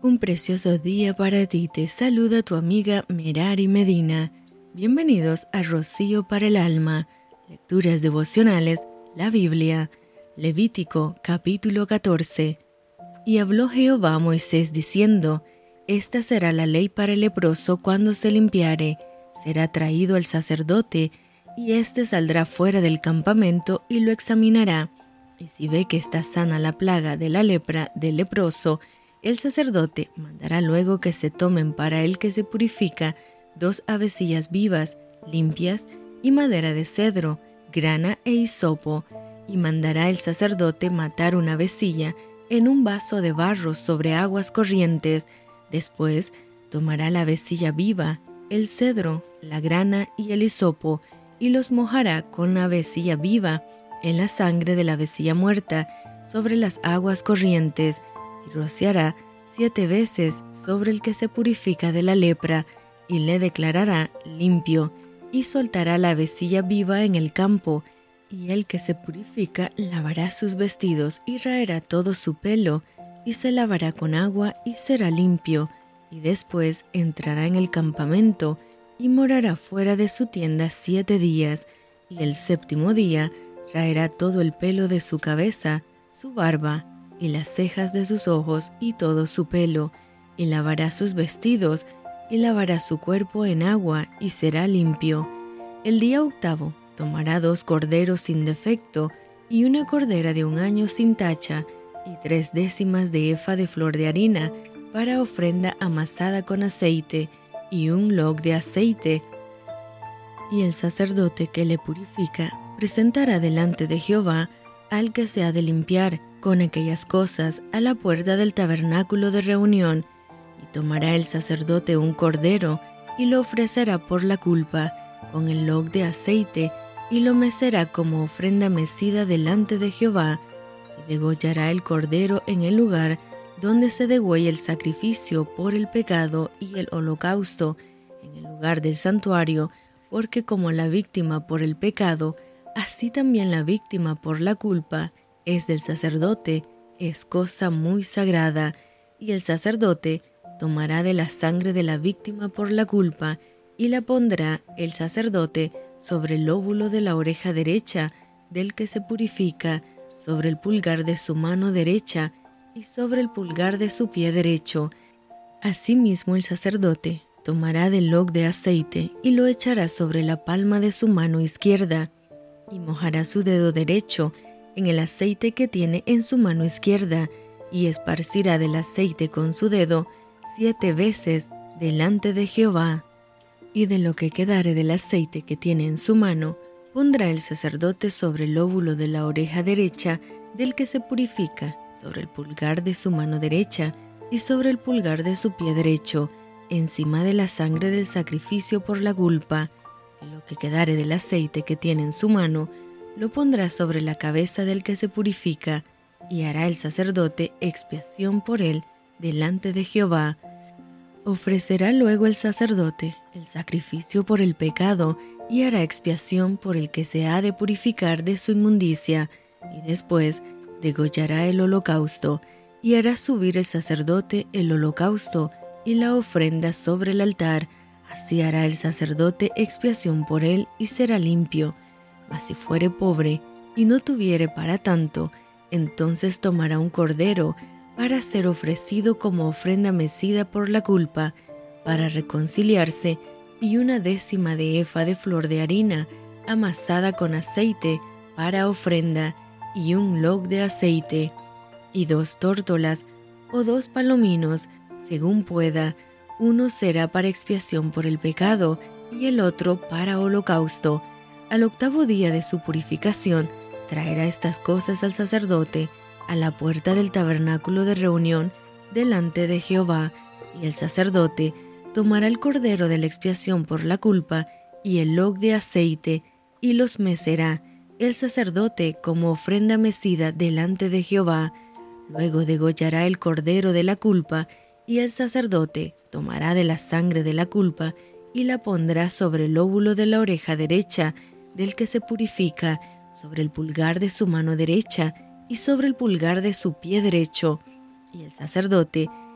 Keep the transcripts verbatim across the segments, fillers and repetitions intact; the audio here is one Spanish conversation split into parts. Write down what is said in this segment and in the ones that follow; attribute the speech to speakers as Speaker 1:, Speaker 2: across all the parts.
Speaker 1: Un precioso día para ti, te saluda tu amiga Merari Medina. Bienvenidos a Rocío para el Alma, lecturas devocionales, la Biblia, Levítico capítulo catorce. Y habló Jehová a Moisés diciendo, Esta será la ley para el leproso cuando se limpiare, será traído al sacerdote, y éste saldrá fuera del campamento y lo examinará. Y si ve que está sana la plaga de la lepra del leproso, el sacerdote mandará luego que se tomen para el que se purifica dos avecillas vivas, limpias, y madera de cedro, grana e hisopo, y mandará el sacerdote matar una avecilla en un vaso de barro sobre aguas corrientes. Después tomará la avecilla viva, el cedro, la grana y el hisopo, y los mojará con la avecilla viva en la sangre de la avecilla muerta sobre las aguas corrientes, y rociará siete veces sobre el que se purifica de la lepra, y le declarará limpio, y soltará la avecilla viva en el campo, y el que se purifica lavará sus vestidos y raerá todo su pelo, y se lavará con agua y será limpio, y después entrará en el campamento, y morará fuera de su tienda siete días, y el séptimo día raerá todo el pelo de su cabeza, su barba, y las cejas de sus ojos y todo su pelo, y lavará sus vestidos, y lavará su cuerpo en agua, y será limpio. El día octavo tomará dos corderos sin defecto, y una cordera de un año sin tacha, y tres décimas de efa de flor de harina, para ofrenda amasada con aceite, y un log de aceite. Y el sacerdote que le purifica presentará delante de Jehová al que se ha de limpiar con aquellas cosas a la puerta del tabernáculo de reunión, y tomará el sacerdote un cordero, y lo ofrecerá por la culpa, con el log de aceite, y lo mecerá como ofrenda mecida delante de Jehová, y degollará el cordero en el lugar donde se degüella el sacrificio por el pecado y el holocausto, en el lugar del santuario, porque como la víctima por el pecado, así también la víctima por la culpa es del sacerdote, es cosa muy sagrada, y el sacerdote tomará de la sangre de la víctima por la culpa, y la pondrá el sacerdote sobre el lóbulo de la oreja derecha del que se purifica, sobre el pulgar de su mano derecha, y sobre el pulgar de su pie derecho. Asimismo el sacerdote tomará del log de aceite, y lo echará sobre la palma de su mano izquierda, y mojará su dedo derecho en el aceite que tiene en su mano izquierda, y esparcirá del aceite con su dedo siete veces delante de Jehová. Y de lo que quedare del aceite que tiene en su mano, pondrá el sacerdote sobre el lóbulo de la oreja derecha del que se purifica, sobre el pulgar de su mano derecha y sobre el pulgar de su pie derecho, encima de la sangre del sacrificio por la culpa. Y lo que quedare del aceite que tiene en su mano, lo pondrá sobre la cabeza del que se purifica, y hará el sacerdote expiación por él delante de Jehová. Ofrecerá luego el sacerdote el sacrificio por el pecado, y hará expiación por el que se ha de purificar de su inmundicia, y después degollará el holocausto, y hará subir el sacerdote el holocausto y la ofrenda sobre el altar. Así hará el sacerdote expiación por él, y será limpio. Mas si fuere pobre, y no tuviere para tanto, entonces tomará un cordero, para ser ofrecido como ofrenda mecida por la culpa, para reconciliarse, y una décima de efa de flor de harina, amasada con aceite, para ofrenda, y un log de aceite, y dos tórtolas, o dos palominos, según pueda. Uno será para expiación por el pecado, y el otro para holocausto. Al octavo día de su purificación, traerá estas cosas al sacerdote, a la puerta del tabernáculo de reunión, delante de Jehová, y el sacerdote tomará el cordero de la expiación por la culpa, y el log de aceite, y los mecerá el sacerdote como ofrenda mecida delante de Jehová. Luego degollará el cordero de la culpa, y el sacerdote tomará de la sangre de la culpa, y la pondrá sobre el lóbulo de la oreja derecha del que se purifica, sobre el pulgar de su mano derecha y sobre el pulgar de su pie derecho. Y el sacerdote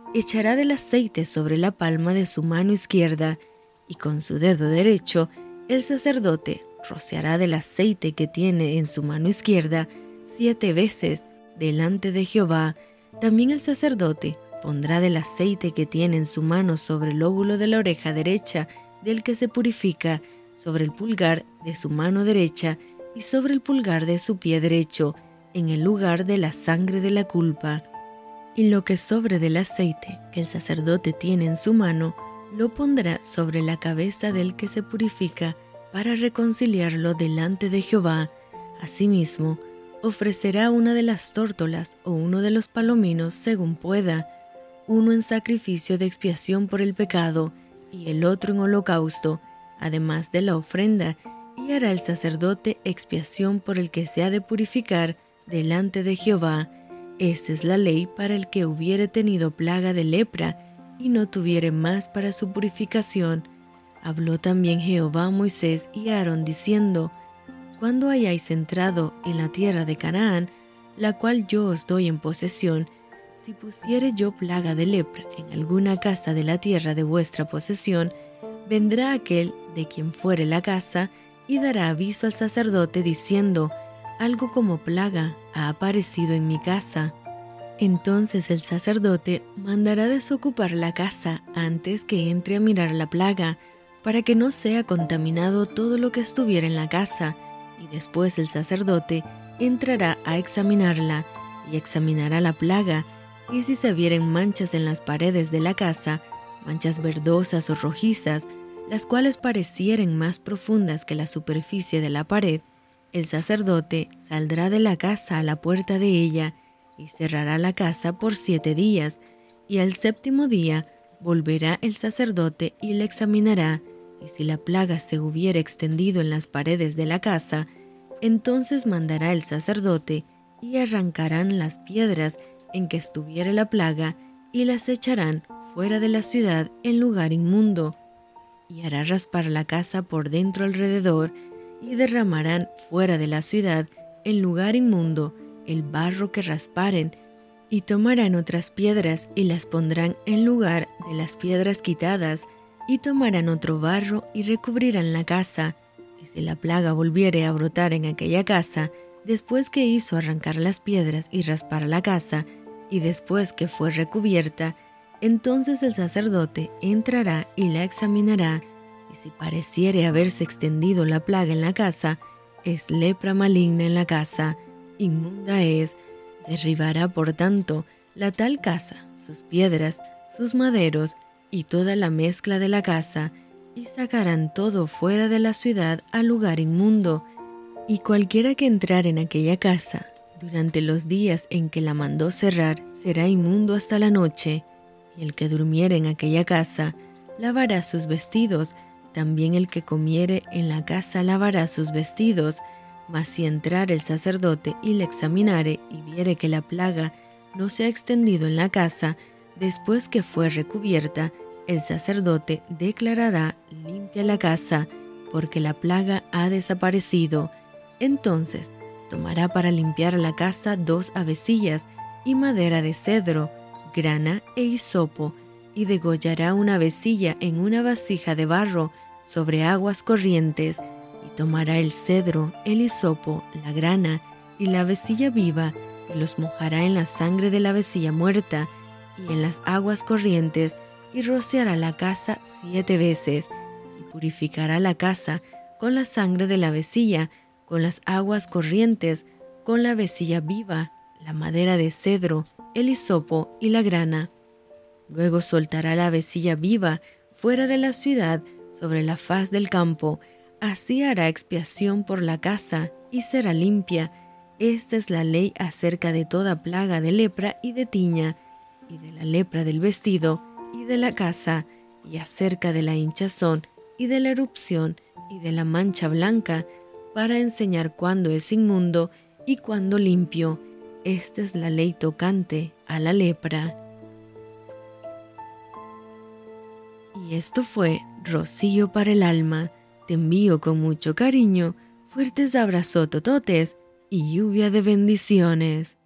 Speaker 1: echará del aceite sobre la palma de su mano izquierda, y con su dedo derecho el sacerdote rociará del aceite que tiene en su mano izquierda siete veces delante de Jehová. También el sacerdote pondrá del aceite que tiene en su mano sobre el lóbulo de la oreja derecha del que se purifica, sobre el pulgar de su mano derecha y sobre el pulgar de su pie derecho, en el lugar de la sangre de la culpa. Y lo que sobre del aceite que el sacerdote tiene en su mano, lo pondrá sobre la cabeza del que se purifica para reconciliarlo delante de Jehová. Asimismo, ofrecerá una de las tórtolas o uno de los palominos según pueda, uno en sacrificio de expiación por el pecado y el otro en holocausto, además de la ofrenda, y hará el sacerdote expiación por el que se ha de purificar delante de Jehová. Esta es la ley para el que hubiere tenido plaga de lepra y no tuviere más para su purificación. Habló también Jehová a Moisés y a Aarón diciendo: Cuando hayáis entrado en la tierra de Canaán, la cual yo os doy en posesión, si pusiere yo plaga de lepra en alguna casa de la tierra de vuestra posesión, vendrá aquel de quien fuere la casa y dará aviso al sacerdote diciendo: algo como plaga ha aparecido en mi casa. Entonces el sacerdote mandará desocupar la casa antes que entre a mirar la plaga, para que no sea contaminado todo lo que estuviera en la casa, y después el sacerdote entrará a examinarla, y examinará la plaga, y si se vieren manchas en las paredes de la casa, manchas verdosas o rojizas, las cuales parecieren más profundas que la superficie de la pared, el sacerdote saldrá de la casa a la puerta de ella, y cerrará la casa por siete días, y al séptimo día volverá el sacerdote y la examinará, y si la plaga se hubiere extendido en las paredes de la casa, entonces mandará el sacerdote, y arrancarán las piedras en que estuviere la plaga, y las echarán fuera de la ciudad en lugar inmundo, y hará raspar la casa por dentro alrededor, y derramarán fuera de la ciudad en lugar inmundo el barro que rasparen, y tomarán otras piedras y las pondrán en lugar de las piedras quitadas, y tomarán otro barro y recubrirán la casa. Y si la plaga volviere a brotar en aquella casa, después que hizo arrancar las piedras y raspar la casa, y después que fue recubierta, entonces el sacerdote entrará y la examinará, y si pareciere haberse extendido la plaga en la casa, es lepra maligna en la casa, inmunda es. Derribará por tanto la tal casa, sus piedras, sus maderos y toda la mezcla de la casa, y sacarán todo fuera de la ciudad al lugar inmundo. Y cualquiera que entrar en aquella casa durante los días en que la mandó cerrar será inmundo hasta la noche, y el que durmiere en aquella casa lavará sus vestidos. También el que comiere en la casa lavará sus vestidos. Mas si entrare el sacerdote y le examinare y viere que la plaga no se ha extendido en la casa, después que fue recubierta, el sacerdote declarará limpia la casa, porque la plaga ha desaparecido. Entonces tomará para limpiar la casa dos avecillas y madera de cedro, grana e hisopo, y degollará una avecilla en una vasija de barro sobre aguas corrientes, y tomará el cedro, el hisopo, la grana y la avecilla viva, y los mojará en la sangre de la avecilla muerta y en las aguas corrientes, y rociará la casa siete veces, y purificará la casa con la sangre de la avecilla, con las aguas corrientes, con la avecilla viva, la madera de cedro, el hisopo y la grana. Luego soltará la avecilla viva fuera de la ciudad sobre la faz del campo. Así hará expiación por la casa y será limpia. Esta es la ley acerca de toda plaga de lepra y de tiña, y de la lepra del vestido y de la casa, y acerca de la hinchazón y de la erupción y de la mancha blanca, para enseñar cuándo es inmundo y cuándo limpio. Esta es la ley tocante a la lepra. Y esto fue Rocío para el alma. Te envío con mucho cariño, fuertes abrazos tototes y lluvia de bendiciones.